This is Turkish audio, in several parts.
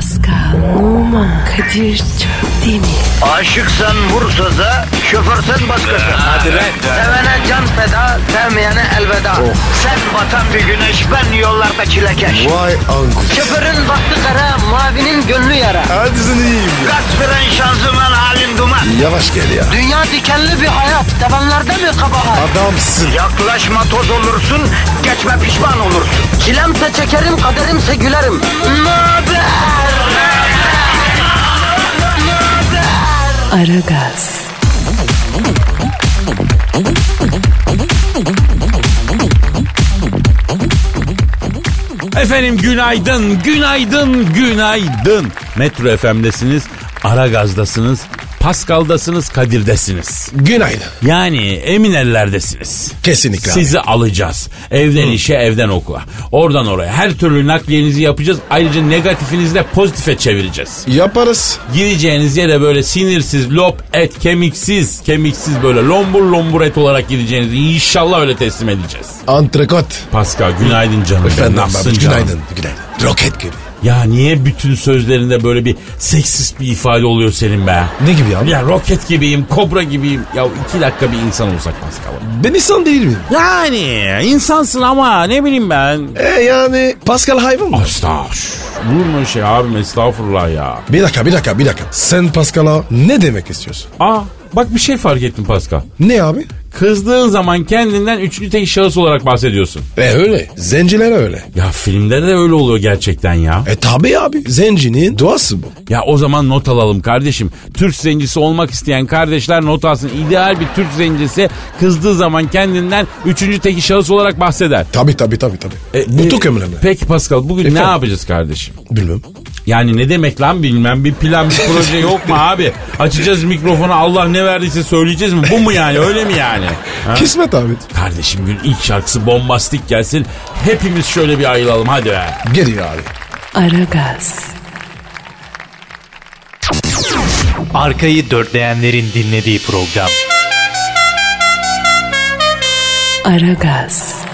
Pascal, Oman, Kadir çok değil mi? Aşıksan vursa da, şoförsen başkasın. Hadi lan. Sevene can feda, sevmeyene elveda. Sen batan bir güneş, ben yollarda çilekeş. Vay anku. Şoförün baktı kara, mavinin gönlü yara. Hadi sen iyiyim ya. Kasperen şanzıman halin duman. Yavaş gel ya. Dünya dikenli bir hayat, sevenlerde mi kabahar? Adamsın. Yaklaşma toz olursun, geçme pişman olursun. Çilemse çekerim, kaderimse gülerim. Möber! Aragaz. Efendim günaydın, günaydın, günaydın. Metro FM'desiniz, Aragaz'dasınız, Pascal'dasınız, Kadir'desiniz. Günaydın. Yani emin ellerdesiniz. Kesinlikle abi. Sizi alacağız. Evden işe, evden okula. Oradan oraya. Her türlü nakliyenizi yapacağız. Ayrıca negatifinizi de pozitife çevireceğiz. Yaparız. Gideceğiniz yere böyle sinirsiz, lop et, kemiksiz böyle lombur lombur et olarak gideceğinizi inşallah öyle teslim edeceğiz. Antrikot. Pascal günaydın canım. Efendim Nasılsın abi, canım? günaydın. Günaydın. Roket gibi. Ya niye bütün sözlerinde böyle bir seksist bir ifade oluyor senin be? Ne gibi abi? Ya roket gibiyim, kobra gibiyim. Ya 2 dakika bir insan olsak Pascal. Ben insan değil miyim? Yani insansın ama ne bileyim ben. Yani Pascal hayvan mı? Estağfurullah. Vurma şey abim, estağfurullah ya. Bir dakika. Sen Pascal'a ne demek istiyorsun? Bak bir şey fark ettim Pascal. Ne abi? Kızdığın zaman kendinden üçüncü tek şahıs olarak bahsediyorsun. Öyle. Zenciler öyle. Ya filmlerde de öyle oluyor gerçekten ya. Tabi abi. Zencinin doğası bu. Ya o zaman not alalım kardeşim. Türk zencisi olmak isteyen kardeşler not alsın. İdeal bir Türk zencisi kızdığı zaman kendinden üçüncü tek şahıs olarak bahseder. Tabi. Bu çok önemli. Peki Pascal bugün Efendim? ne yapacağız kardeşim? Bilmem. Yani ne demek lan bilmem, bir plan bir proje yok mu abi? Açacağız mikrofonu, Allah ne verdiyse söyleyeceğiz mi? Bu mu yani, öyle mi yani? Ha? Kismet abi. Kardeşim gün ilk şarkısı bombastik gelsin. Hepimiz şöyle bir ayılalım hadi be. Geliyor abi. Aragaz. Arkayı dörtleyenlerin dinlediği program. Aragaz.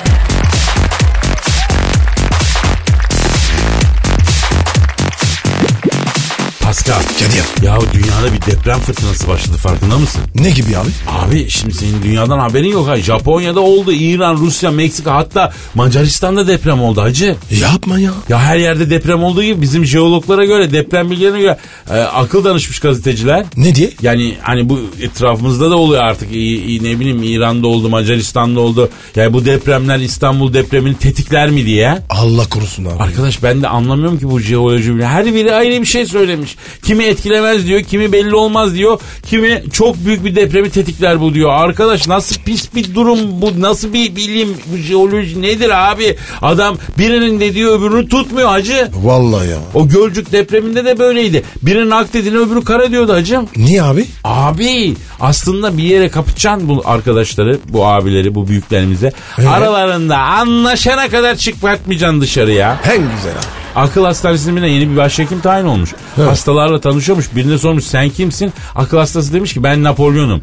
Pascal. Kadir. Ya dünyada bir deprem fırtınası başladı, farkında mısın? Ne gibi abi? Abi şimdi senin dünyadan haberin yok ha. Japonya'da oldu, İran, Rusya, Meksika, hatta Macaristan'da deprem oldu hacı. Yapma ya. Ya her yerde deprem olduğu gibi bizim jeologlara göre, deprem bilgilerine göre akıl danışmış gazeteciler. Ne diye? Yani hani bu etrafımızda da oluyor artık. Ne bileyim İran'da oldu, Macaristan'da oldu. Yani bu depremler İstanbul depremini tetikler mi diye. Allah korusun abi. Arkadaş ben de anlamıyorum ki bu jeoloji. Her biri ayrı bir şey söylemiş. Kimi etkilemez diyor, kimi belli olmaz diyor. Kimi çok büyük bir depremi tetikler bu diyor. Arkadaş nasıl pis bir durum bu, nasıl bir bilim, bu jeoloji nedir abi? Adam birinin dediği öbürünü tutmuyor hacı. Vallahi ya. O Gölcük depreminde de böyleydi. Birinin ak dediğine öbürü kara diyordu hacım. Niye abi? Abi aslında bir yere kapatacaksın bu arkadaşları, bu abileri, bu büyüklerimize. Aralarında anlaşana kadar çıkartmayacaksın dışarıya. En güzel abi. Akıl hastanesinde yeni bir başhekim tayin olmuş. Evet. Hastalarla tanışıyormuş. Birine sormuş sen kimsin? Akıl hastası demiş ki ben Napolyon'um.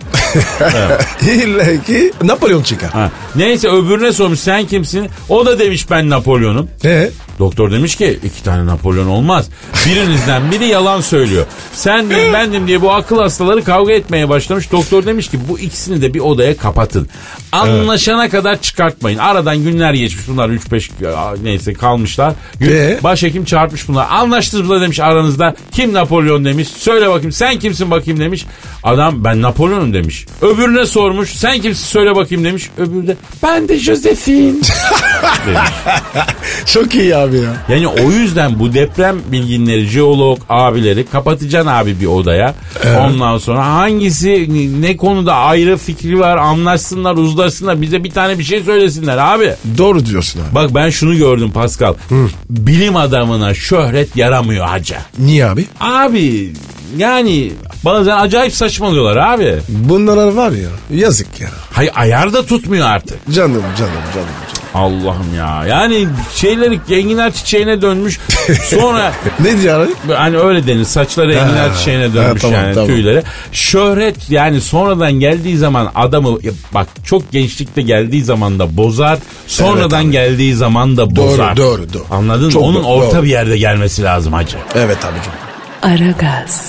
İlle ki Napolyon çıkar. Neyse öbürüne sormuş sen kimsin? O da demiş ben Napolyon'um. Doktor demiş ki 2 tane Napolyon olmaz. Birinizden biri yalan söylüyor. Sendim bendim diye bu akıl hastaları kavga etmeye başlamış. Doktor demiş ki bu ikisini de bir odaya kapatın. Anlaşana kadar çıkartmayın. Aradan günler geçmiş, bunlar 3-5 neyse kalmışlar. Başhekim çağırtmış bunlar. Anlaştınız mı demiş aranızda. Kim Napolyon demiş. Söyle bakayım sen kimsin bakayım demiş. Adam ben Napolyon'um demiş. Öbürüne sormuş. Sen kimsin söyle bakayım demiş. Öbürü de ben de Josephine demiş. Çok iyi abi ya. Yani o yüzden bu deprem bilginleri, jeolog abileri kapatacaksın abi bir odaya. Evet. Ondan sonra hangisi ne konuda ayrı fikri var anlaşsınlar, uzlaşsınlar, bize bir tane bir şey söylesinler abi. Doğru diyorsun abi. Bak ben şunu gördüm Pascal. Bilim adamına şöhret yaramıyor hacı. Niye abi? Abi yani bazen acayip saçmalıyorlar abi. Bunlar var ya yazık ya. Hayır ayar da tutmuyor artık. Canım. Allah'ım ya. Yani şeyleri enginar çiçeğine dönmüş. Sonra Ne diyor abi? hani öyle denir. Saçları enginar çiçeğine dönmüş tamam. Tüyleri. Şöhret yani sonradan geldiği zaman adamı bak çok gençlikte geldiği zaman da bozar. Sonradan geldiği zaman da bozar. Doğru. Anladın mı? Onun orta bir yerde gelmesi lazım hacı. Evet abicim. Aragaz.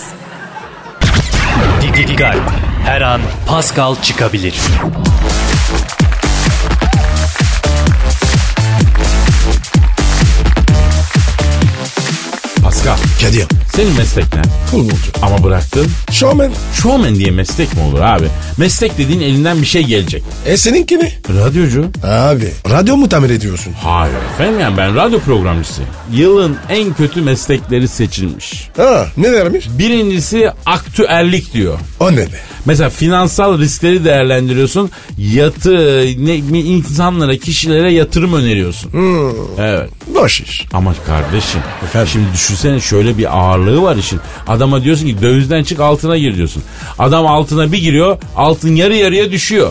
Dikkat. Her an Pascal çıkabilir. Pascal. Kadir. Senin meslek ne? Futbolcu. Ama bıraktın. Showman. Showman diye meslek mi olur abi? Meslek dediğin elinden bir şey gelecek. Seninki ne? Radyocu. Abi radyo mu tamir ediyorsun? Hayır efendim yani ben radyo programcısıyım. Yılın en kötü meslekleri seçilmiş. Ne dermiş? Birincisi aktüellik diyor. O ne be? Mesela finansal riskleri değerlendiriyorsun. İnsanlara, kişilere yatırım öneriyorsun. Evet. Boş iş. Ama kardeşim Efendim? şimdi düşünsene şöyle bir ağırlığı var işin. Adama diyorsun ki dövizden çık altına gir diyorsun. Adam altına bir giriyor altın yarı yarıya düşüyor.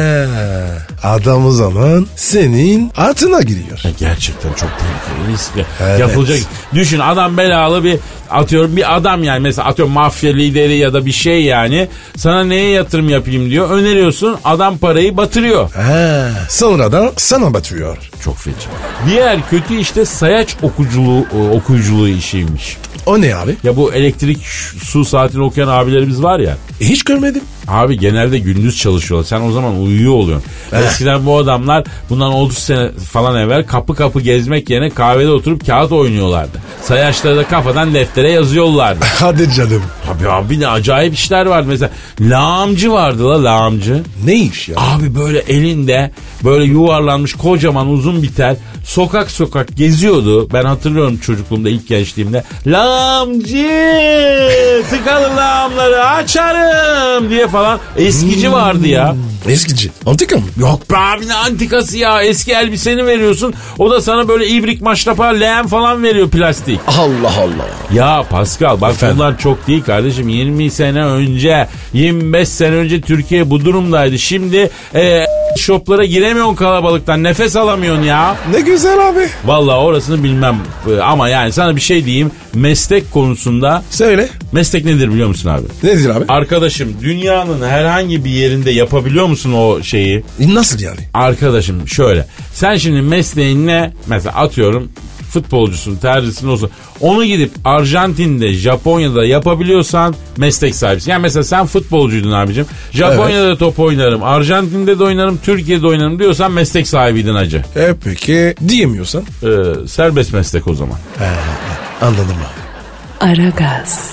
Adam o zaman senin altına giriyor. Gerçekten çok tehlikeli riskli. Evet. Yapılacak. Düşün adam belalı bir atıyorum bir adam yani mesela atıyorum mafya lideri ya da bir şey yani. Sana neye yatırım yapayım diyor. Öneriyorsun adam parayı batırıyor. Sonra da sana batıyor. Çok feci. Diğer kötü işte sayaç okuyuculuğu işiymiş. O ne abi? Ya bu elektrik su saatini okuyan abilerimiz var ya. Hiç görmedim. Abi genelde gündüz çalışıyorlar. Sen o zaman uyuyor oluyorsun. Eskiden bu adamlar bundan 30 sene falan evvel kapı kapı gezmek yerine kahvede oturup kağıt oynuyorlardı. Sayaçları da kafadan deftere yazıyorlardı. Hadi canım. Tabii abi ne acayip işler vardı. Mesela lağımcı vardı lağımcı. Ne iş ya? Abi böyle elinde böyle yuvarlanmış kocaman uzun bir tel sokak sokak geziyordu. Ben hatırlıyorum çocukluğumda ilk gençliğimde. Lağımcı tıkalı lağımları açarım diye falan eskici vardı ya. Eskici. Antika mı? Yok be abi ne antikası ya. Eski elbiseni veriyorsun. O da sana böyle ibrik maşrapa leğen falan veriyor plastik. Allah Allah. Ya Pascal bak bunlar çok değil kardeşim. 20 sene önce 25 sene önce Türkiye bu durumdaydı. Şimdi shoplara giremiyorsun kalabalıktan. Nefes alamıyorsun ya. Ne güzel abi. Vallahi orasını bilmem. Ama yani sana bir şey diyeyim. Meslek konusunda. Söyle. Meslek nedir biliyor musun abi? Nedir abi? Arkadaşım dünyanın herhangi bir yerinde yapabiliyor musun o şeyi? Nasıl yani? Arkadaşım şöyle. Sen şimdi mesleğin ne? Mesela atıyorum futbolcusun, terzisin olsun. Onu gidip Arjantin'de, Japonya'da yapabiliyorsan meslek sahibisin. Yani mesela sen futbolcuydun abicim. Japonya'da top oynarım, Arjantin'de de oynarım, Türkiye'de oynarım diyorsan meslek sahibiydin hacı. Peki diyemiyorsan? Serbest meslek o zaman. Anladım abi. Aragaz.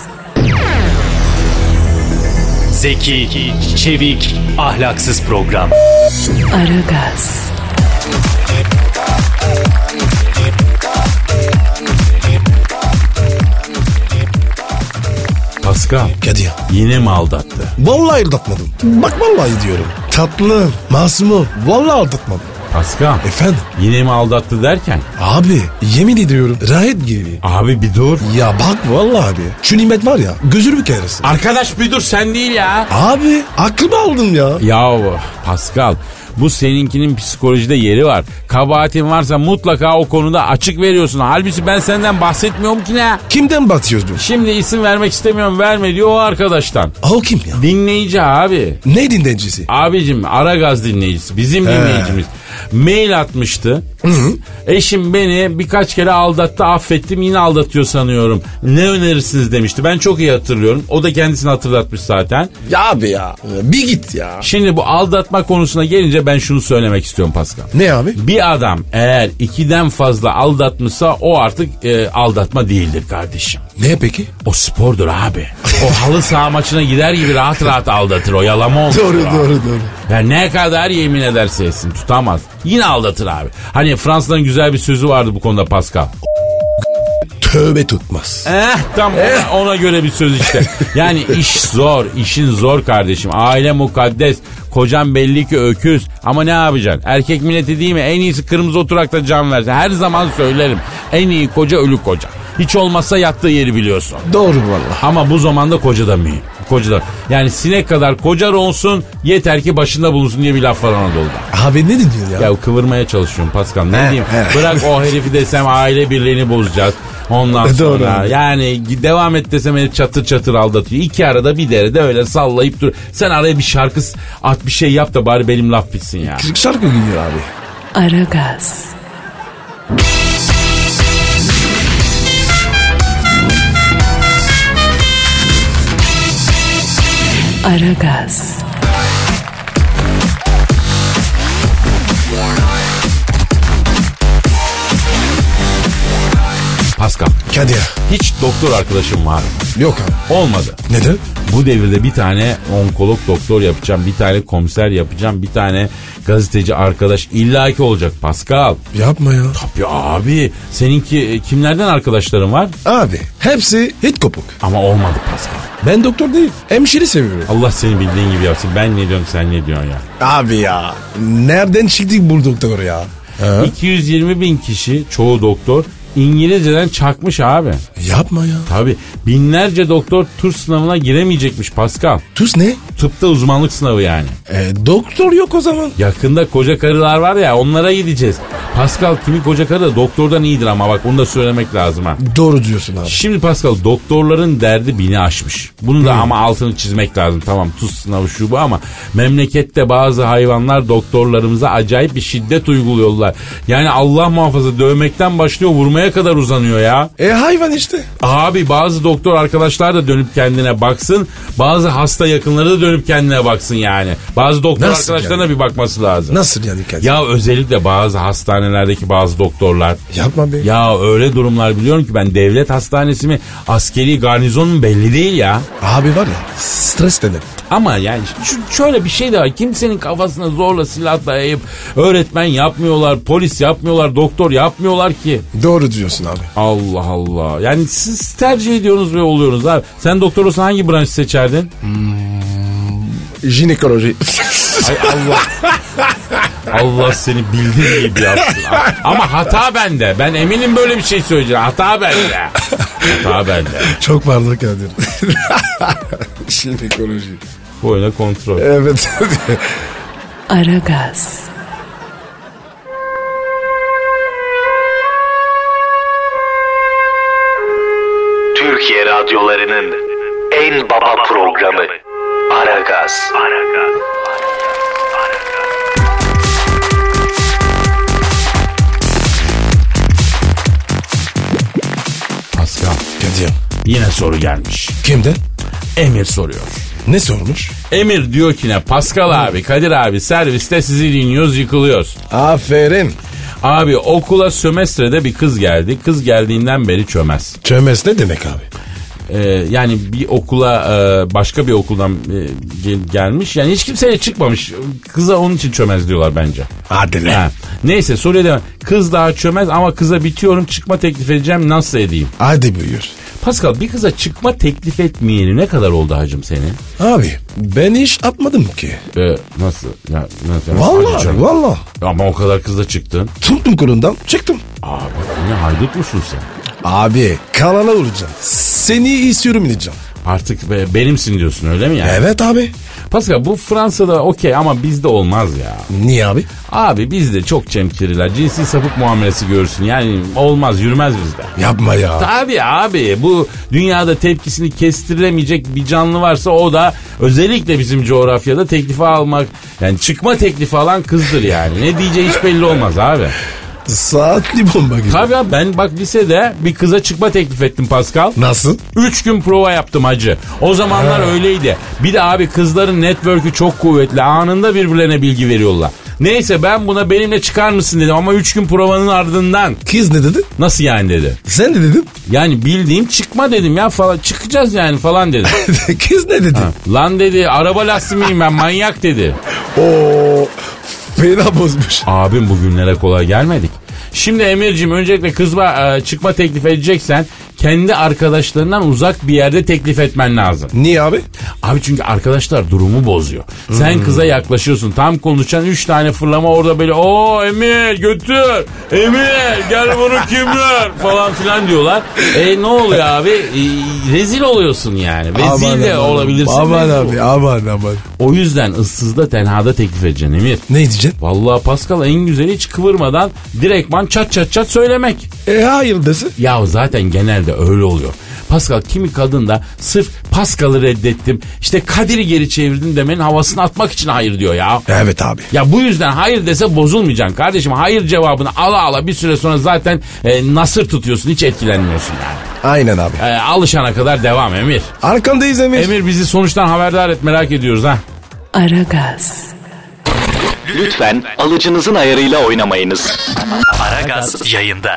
Zeki, çevik, ahlaksız program. Aragaz. Pascal. Kadir. Yine mi aldattı? Vallahi aldatmadım. Bak vallahi diyorum. Tatlı, masumum. Vallahi aldatmadım. Pascal. Efendim? Yine mi aldattı derken? Abi yemin ediyorum rahat gibi. Abi bir dur. Ya bak vallahi abi. Şu nimet var ya gözünü bir keresin. Arkadaş bir dur sen değil ya. Abi aklımı aldın ya. Yahu Pascal bu seninkinin psikolojide yeri var. Kabahatin varsa mutlaka o konuda açık veriyorsun. Halbuki ben senden bahsetmiyorum ki ne? Kimden batıyoruz bu? Şimdi isim vermek istemiyorum verme diyor o arkadaştan. O kim ya? Dinleyici abi. Ne dinleyicisi? Abicim Aragaz dinleyicisi bizim dinleyicimiz. Mail atmıştı. Eşim beni birkaç kere aldattı affettim yine aldatıyor sanıyorum. Ne önerirsiniz demişti. Ben çok iyi hatırlıyorum. O da kendisini hatırlatmış zaten. Ya abi ya bir git ya. Şimdi bu aldatma konusuna gelince ben şunu söylemek istiyorum Pascal. Ne abi? Bir adam eğer 2'den fazla aldatmışsa o artık aldatma değildir kardeşim. Ne peki? O spordur abi. O halı saha maçına gider gibi rahat rahat aldatır o yalama olur. Doğru. Ya ne kadar yemin ederse etsin tutamaz. Yine aldatır abi. Hani Fransızların güzel bir sözü vardı bu konuda Pascal. Tövbe tutmaz. Tam ona göre bir söz işte. Yani iş zor, işin zor kardeşim. Aile mukaddes, kocan belli ki öküz. Ama ne yapacaksın? Erkek milleti değil mi? En iyisi kırmızı oturakta can versin. Her zaman söylerim. En iyi koca ölü koca. Hiç olmazsa yattığı yeri biliyorsun. Doğru vallahi. Ama bu zamanda koca da mühim. kocalar. Yani sinek kadar kocar olsun yeter ki başında bulunsun diye bir laf var Anadolu'da. Abi ne diyor ya? Ya kıvırmaya çalışıyorum Pascal, ne diyeyim. Bırak o herifi desem aile birliğini bozacağız. Ondan sonra yani devam et desem beni çatır çatır aldatıyor. İki arada bir derede öyle sallayıp dur. Sen araya bir şarkı at, bir şey yap da bari benim laf bitsin ya. Şarkı gidiyor abi. Aragaz. Aragaz. Pascal. Kadir. Hiç doktor arkadaşım var mı? Yok abi. Olmadı. Neden? Bu devirde bir tane onkolog doktor yapacağım, bir tane komiser yapacağım, bir tane gazeteci arkadaş illaki olacak Pascal. Yapma ya. Tabii abi. Seninki kimlerden arkadaşların var? Abi hepsi hit kopuk. Ama olmadı Pascal. Ben doktor değil. Hemşire seviyorum. Allah seni bildiğin gibi yapsın. Ben ne diyorum sen ne diyorsun ya? Abi ya. Nereden çıktık bu doktor ya? 220 bin kişi, çoğu doktor İngilizceden çakmış abi. Yapma ya. Tabii binlerce doktor TUS sınavına giremeyecekmiş Pascal. TUS ne? Tıpta uzmanlık sınavı yani. Doktor yok o zaman. Yakında koca karılar var ya, onlara gideceğiz. Pascal, kimi koca karı da doktordan iyidir ama bak bunu da söylemek lazım ha. Doğru diyorsun abi. Şimdi Pascal, doktorların derdi bini aşmış. Bunu da ama altını çizmek lazım. Tamam TUS sınavı şu bu ama memlekette bazı hayvanlar doktorlarımıza acayip bir şiddet uyguluyorlar. Yani Allah muhafaza dövmekten başlıyor vurmaya kadar uzanıyor ya. Hayvan işte. Abi bazı doktor arkadaşlar da dönüp kendine baksın. Bazı hasta yakınları da dönüp kendine baksın yani. Bazı doktor nasıl arkadaşlarına yani? Bir bakması lazım. Nasıl yani Kadir? Ya özellikle bazı hastanelerdeki bazı doktorlar. Yapma be. Ya öyle durumlar biliyorum ki ben, devlet hastanesi mi askeri garnizon mu belli değil ya. Abi var ya stres dedim. Ama yani şöyle bir şey de var. Kimsenin kafasına zorla silah dayayıp öğretmen yapmıyorlar, polis yapmıyorlar, doktor yapmıyorlar ki. Doğru diyorsun abi. Allah Allah. Yani siz tercih ediyorsunuz ve oluyorsunuz abi. Sen doktor olsan hangi branşı seçerdin? Jinekoloji. Ay Allah. Allah seni bildiğin gibi yapsın. Ama hata bende. Ben eminim böyle bir şey söyleyeceğim. Hata bende. Hata bende. Çok pardon Kadir. Jinekoloji. Boyuna kontrol. Evet. Aragaz. Türkiye radyolarının en baba programı Aragaz. Pascal. Kadir. Yine soru gelmiş. Kimden? Emir soruyor. Ne sormuş? Emir diyor ki ne? Pascal abi, Kadir abi, serviste sizi dinliyoruz, yıkılıyoruz. Aferin. Abi okula sömestrede bir kız geldi. Kız geldiğinden beri çömez. Çömez ne demek abi? Yani bir okula başka bir okuldan gelmiş. Yani hiç kimseyle çıkmamış. Kıza onun için çömez diyorlar bence. Hadi lan. Ha. Neyse soruya devam. Kız daha çömez ama kıza bitiyorum, çıkma teklif edeceğim, nasıl edeyim? Hadi buyur. Pascal, bir kıza çıkma teklif etmeyeli ne kadar oldu hacım senin? Abi ben hiç atmadım ki. Nasıl? Ya, nasıl? Vallahi vallahi. Ama o kadar kızla çıktın. Tuttum kolundan çıktım. Abi yine haydut musun sen? Abi kanala vuracağım. Seni istiyorum diyeceğim. Artık benimsin diyorsun öyle mi yani? Evet abi. Pascal, bu Fransa'da okey ama bizde olmaz ya. Niye abi? Abi bizde çok cemkiriler. Cinsi sapık muamelesi görürsün. Yani olmaz, yürümez bizde. Yapma ya. Tabii abi, bu dünyada tepkisini kestirilemeyecek bir canlı varsa o da özellikle bizim coğrafyada teklifi almak, yani çıkma teklifi alan kızdır yani. Ne diyeceği hiç belli olmaz abi. Saatli bomba gibi. Tabii abi, ben bak lisede bir kıza çıkma teklif ettim Pascal. Nasıl? 3 gün prova yaptım hacı. O zamanlar öyleydi. Bir de abi kızların network'ü çok kuvvetli. Anında birbirlerine bilgi veriyorlar. Neyse ben buna benimle çıkar mısın dedim ama 3 gün provanın ardından. Kız ne dedi? Nasıl yani dedi. Sen ne dedin? Yani bildiğim çıkma dedim ya falan, çıkacağız yani falan dedim. Kız ne dedi? Lan dedi, araba lastiği miyim ben, manyak dedi. Oo, fena bozmuş. Abim bugünlere kolay gelmedik. Şimdi Emir'cim, öncelikle kızma çıkma teklif edeceksen kendi arkadaşlarından uzak bir yerde teklif etmen lazım. Niye abi? Abi çünkü arkadaşlar durumu bozuyor. Sen kıza yaklaşıyorsun. Tam konuşan 3 tane fırlama orada böyle o Emir götür. Emir gel bunu kimler falan filan diyorlar. Ne oluyor abi? Rezil oluyorsun yani. Vezil de olabilirsin. Aman abi aman. O yüzden ıssızda tenhada teklif edeceksin Emir. Ne diyeceksin? Vallahi Pascal en güzeli hiç kıvırmadan direktman çat söylemek. Hayır desin. Ya zaten genelde öyle oluyor. Pascal kimi kadın da sırf Pascal'ı reddettim işte Kadir'i geri çevirdim demenin havasını atmak için hayır diyor ya. Evet abi. Ya bu yüzden hayır dese bozulmayacaksın kardeşim. Hayır cevabını ala bir süre sonra zaten nasır tutuyorsun, hiç etkilenmiyorsun yani. Aynen abi. Alışana kadar devam Emir. Arkandayız Emir. Emir bizi sonuçtan haberdar et, merak ediyoruz ha. Aragaz. Lütfen alıcınızın ayarıyla oynamayınız. Aragaz yayında.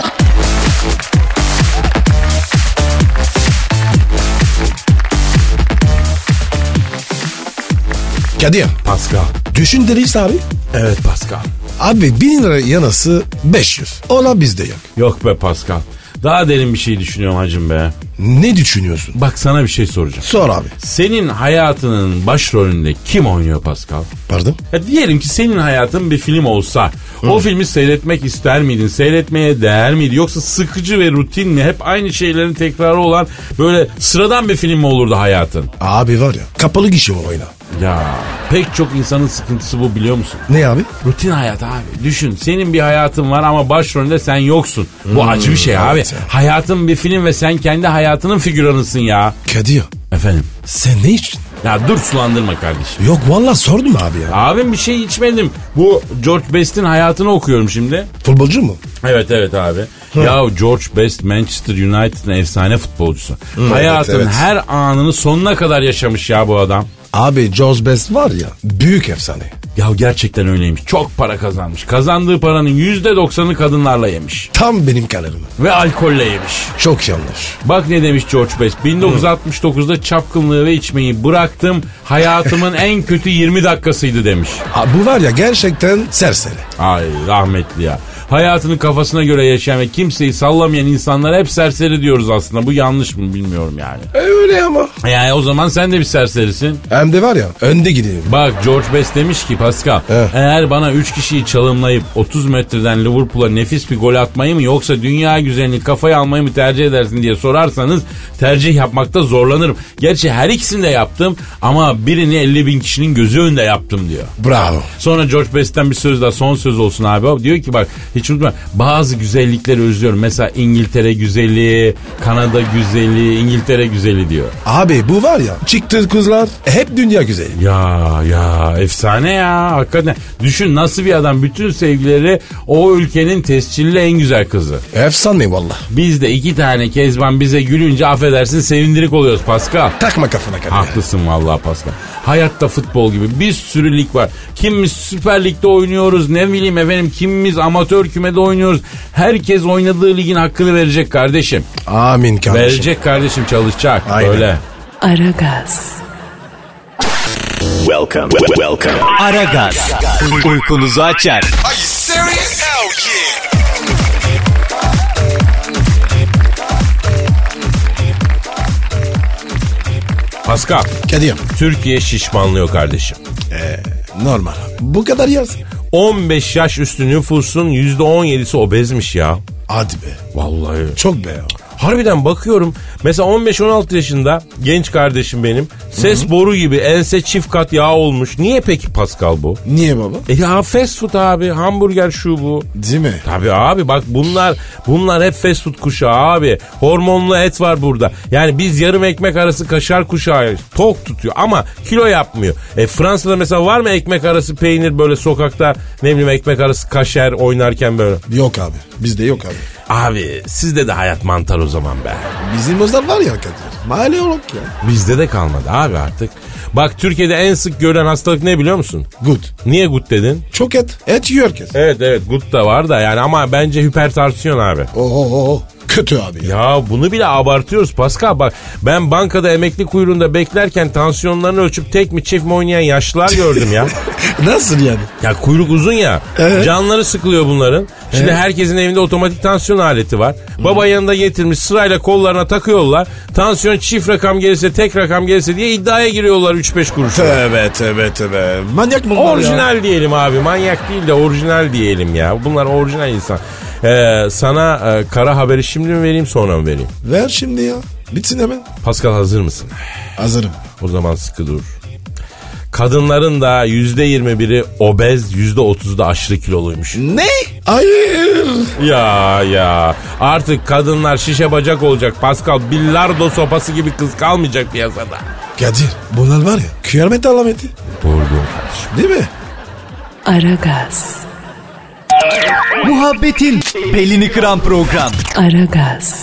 Kadir. Pascal. Düşün deriz abi. Evet Pascal. Abi 1000 lira yanası 500. Ona bizde yok. Yok be Pascal. Daha derin bir şey düşünüyorum hacım be. Ne düşünüyorsun? Bak sana bir şey soracağım. Sor abi. Senin hayatının başrolünde kim oynuyor Pascal? Pardon? Ya diyelim ki senin hayatın bir film olsa o filmi seyretmek ister miydin? Seyretmeye değer miydi? Yoksa sıkıcı ve rutin mi? Hep aynı şeylerin tekrarı olan böyle sıradan bir film mi olurdu hayatın? Abi var ya kapalı gişe oyna. Ya pek çok insanın sıkıntısı bu, biliyor musun? Ne abi? Rutin hayat abi. Düşün, senin bir hayatın var ama başrolünde sen yoksun. Bu acı bir şey abi. Evet. Hayatın bir film ve sen kendi hayatının figüranısın ya. Kadir. Efendim? Sen ne içtin? Ya dur sulandırma kardeşim. Yok vallahi sordum abi ya. Abim bir şey içmedim. Bu George Best'in hayatını okuyorum şimdi. Futbolcu mu? Evet abi. Ya George Best Manchester United'ın efsane futbolcusu. Hayatın evet. her anını sonuna kadar yaşamış ya bu adam. Abi George Best var ya büyük efsane. Ya gerçekten öyleymiş. Çok para kazanmış. Kazandığı paranın %90'ını kadınlarla yemiş. Tam benim kalemim. Ve alkolle yemiş. Çok yanlış. Bak ne demiş George Best. 1969'da çapkınlığı ve içmeyi bıraktım. Hayatımın en kötü 20 dakikasıydı demiş. Abi bu var ya gerçekten serseri. Ay rahmetli ya. Hayatını kafasına göre yaşayan ve kimseyi sallamayan insanlar hep serseri diyoruz aslında. Bu yanlış mı bilmiyorum yani. Öyle ama. Yani o zaman sen de bir serserisin. Hem de var ya önde gidelim. Bak George Best demiş ki Pascal, eğer bana 3 kişiyi çalımlayıp 30 metreden Liverpool'a nefis bir gol atmayı mı yoksa dünya güzelini kafaya almayı mı tercih edersin diye sorarsanız tercih yapmakta zorlanırım. Gerçi her ikisini de yaptım ama birini 50.000 kişinin gözü önünde yaptım diyor. Bravo. Sonra George Best'ten bir söz daha, son söz olsun abi. O diyor ki bak hiç unutma, bazı güzellikleri özlüyorum. Mesela İngiltere güzeli, Kanada güzeli, İngiltere güzeli diyor. Abi bu var ya çıktığı kızlar hep dünya güzeli. Ya efsane ya hakikaten. Düşün nasıl bir adam, bütün sevgileri o ülkenin tescilli en güzel kızı. Efsane valla. Biz de 2 tane Kezban bize gülünce affedersin sevindirik oluyoruz Pascal. Takma kafana kadar. Haklısın vallahi Pascal. Hayatta futbol gibi bir sürü lig var. Kimimiz Süper Lig'de oynuyoruz, ne bileyim efendim, kimimiz amatör kümede oynuyoruz. Herkes oynadığı ligin hakkını verecek kardeşim. Amin kardeşim. Verecek kardeşim, çalışacak. Aynen. Öyle. Aragaz. Welcome. Aragaz. Uykunuzu açar. Pascal, Kadir. Türkiye şişmanlıyor kardeşim. Normal abi. Bu kadar yersin. 15 yaş üstü nüfusun %17'si obezmiş ya. Hadi be. Vallahi. Çok be ya. Harbiden bakıyorum. Mesela 15-16 yaşında genç kardeşim benim. Ses boru gibi, ense çift kat yağ olmuş. Niye peki Pascal bu? Niye baba? Ya fast food abi. Hamburger şu bu. Değil mi? Tabii abi bak bunlar hep fast food kuşağı abi. Hormonlu et var burada. Yani biz yarım ekmek arası kaşar kuşağı, tok tutuyor ama kilo yapmıyor. Fransa'da mesela var mı ekmek arası peynir böyle sokakta, ne bileyim ekmek arası kaşar oynarken böyle? Yok abi. Bizde yok abi. Abi sizde de hayat mantar o zaman be. Bizim özel var ya Kadir. Mahalle yok ya. Bizde de kalmadı abi artık. Bak Türkiye'de en sık görülen hastalık ne biliyor musun? Good. Niye gut dedin? Çok et. Et yiyor herkes. Evet gut da var da yani, ama bence hipertansiyon abi. Oho. kötü abi. Ya bunu bile abartıyoruz Pascal. Bak ben bankada emekli kuyruğunda beklerken tansiyonlarını ölçüp tek mi çift mi oynayan yaşlılar gördüm ya. Nasıl yani? Ya kuyruk uzun ya. Evet. Canları sıkılıyor bunların. Şimdi herkesin evinde otomatik tansiyon aleti var. Baba yanında getirmiş sırayla kollarına takıyorlar. Tansiyon çift rakam gelirse tek rakam gelirse diye iddiaya giriyorlar 3-5 kuruş. Tövbe. Manyak mı bunlar Orijinal diyelim abi. Manyak değil de orijinal diyelim ya. Bunlar orijinal insan. Sana kara haberi şimdi mi vereyim sonra mı vereyim? Ver şimdi ya. Bitsin hemen. Pascal hazır mısın? Hazırım. O zaman sıkı dur. Kadınların da %21'i obez, %30'u da aşırı kiloluymuş. Ne? Hayır. Ya artık kadınlar şişe bacak olacak Pascal. Bilardo sopası gibi kız kalmayacak piyasada. Kadir bunlar var ya kıyamet alameti. Doğru kardeşim. Değil mi? Aragaz, Muhabbetin belini kıran program. Aragaz,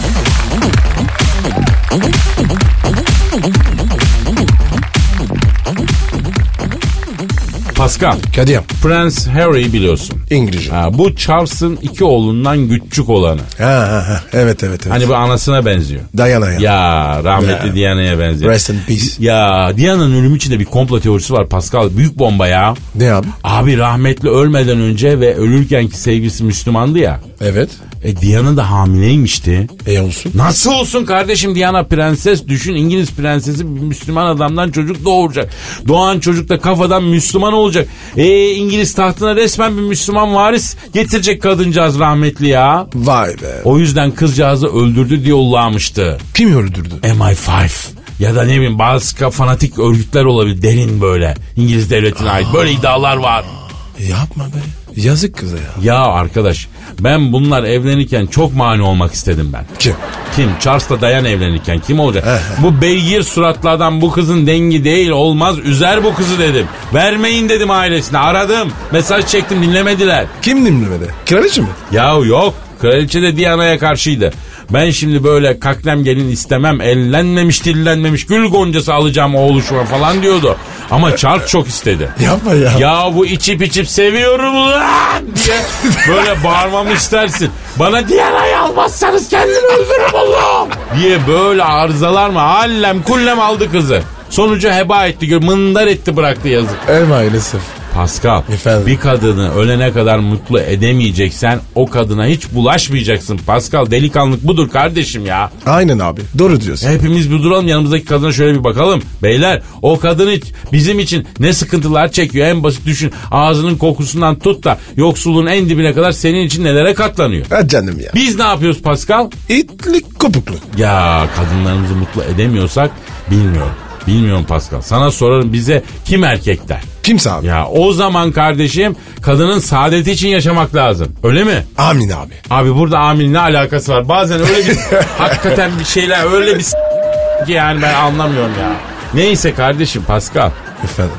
Pascal, Kadir. Prens Harry biliyorsun. İngilizce. Bu Charles'ın 2 oğlundan küçük olanı. Ha. Evet. Hani bu anasına benziyor. Diana ya. Ya rahmetli Ya. Diana'ya benziyor. Rest in peace. Ya Diana'nın ölümü için de bir komplo teorisi var Pascal. Büyük bomba ya. Ne abi? Abi rahmetli ölmeden önce ve ölürkenki sevgilisi Müslümandı ya. Evet. Diana da hamileymişti. Olsun. Nasıl olsun kardeşim, Diana prenses, düşün, İngiliz prensesi bir Müslüman adamdan çocuk doğuracak. Doğan çocuk da kafadan Müslüman olacak. İngiliz tahtına resmen bir Müslüman varis getirecek kadıncağız rahmetli ya. Vay be. O yüzden kızcağızı öldürdü diye yollamıştı. Kim öldürdü? MI5 ya da ne bileyim bazı fanatik örgütler olabilir, derin böyle İngiliz devletine ait böyle iddialar var. Yapma be. Yazık kıza ya. Ya arkadaş, ben bunlar evlenirken çok mani olmak istedim ben. Kim? Charles'la Diana evlenirken kim olacak? Bu beygir suratlı adam bu kızın dengi değil, olmaz, üzer bu kızı dedim. Vermeyin dedim ailesine, aradım, mesaj çektim, dinlemediler. Kim dinlemedi? Kraliçe mi? Ya yok, kraliçe de Diana'ya karşıydı. Ben şimdi böyle kaklem gelin istemem, ellenmemiş dillenmemiş gül goncası alacağım oğluşuma falan diyordu. Ama Charles çok istedi. Yapma ya. Ya bu içip seviyorum lan diye böyle bağırmamı istersin. Bana Diana'yı almazsanız kendimi öldürürüm oğlum diye böyle arızalar mı? Hallem kullem aldı kızı. Sonucu heba etti, mındar etti, bıraktı, yazık. Maalesef. Pascal, efendim? Bir kadını ölene kadar mutlu edemeyeceksen o kadına hiç bulaşmayacaksın Pascal. Delikanlılık budur kardeşim ya. Aynen abi. Doğru diyorsun. Hepimiz bir duralım, yanımızdaki kadına şöyle bir bakalım. Beyler, o kadın bizim için ne sıkıntılar çekiyor, en basit düşün. Ağzının kokusundan tut da yoksulluğun en dibine kadar senin için nelere katlanıyor. Ha canım ya. Biz ne yapıyoruz Pascal? İtlik kopuklu. Ya kadınlarımızı mutlu edemiyorsak bilmiyorum Pascal. Sana sorarım, bize kim erkek der? Kimse abi. Ya o zaman kardeşim kadının saadeti için yaşamak lazım. Öyle mi? Amin abi. Abi burada amin ne alakası var? Bazen öyle bir hakikaten bir şeyler öyle bir ki yani ben anlamıyorum ya. Neyse kardeşim Pascal. Efendim.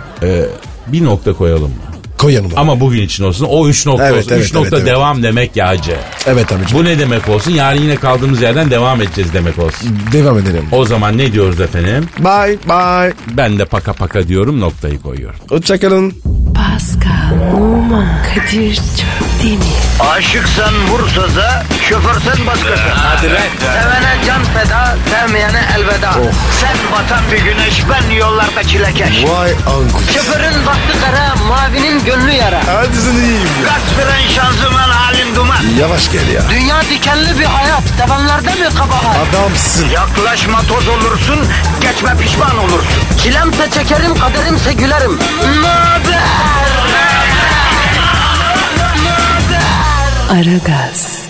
Bir nokta koyalım mı? Koyalım abi. Ama bugün için olsun. O 3 nokta Evet, olsun. 3 evet, nokta evet, devam demek ya hacı. Evet abicim. Bu ne demek olsun? Yarın yine kaldığımız yerden devam edeceğiz demek olsun. Devam edelim. O zaman ne diyoruz efendim? Bye. Ben de paka diyorum, noktayı koyuyorum. Hoşçakalın. Pascal, Oman, Kadir çok değil mi? Aşıksan vursa da, şoförsen başkasın. Hadi lan. Sevene can feda, sevmeyene elveda. Sen batan bir güneş, ben yollarda çilekeş. Vay anku. Şoförün baktı kara, mavinin gönlü yara. Hadi sen iyiyim ya. Kasperen şanzıman halin duman. Yavaş gel ya. Dünya dikenli bir hayat, sevenlerde mi kabahar? Adamsın. Yaklaşma toz olursun, geçme pişman olursun. Çilemse çekerim, kaderimse gülerim. Möber! Aragaz.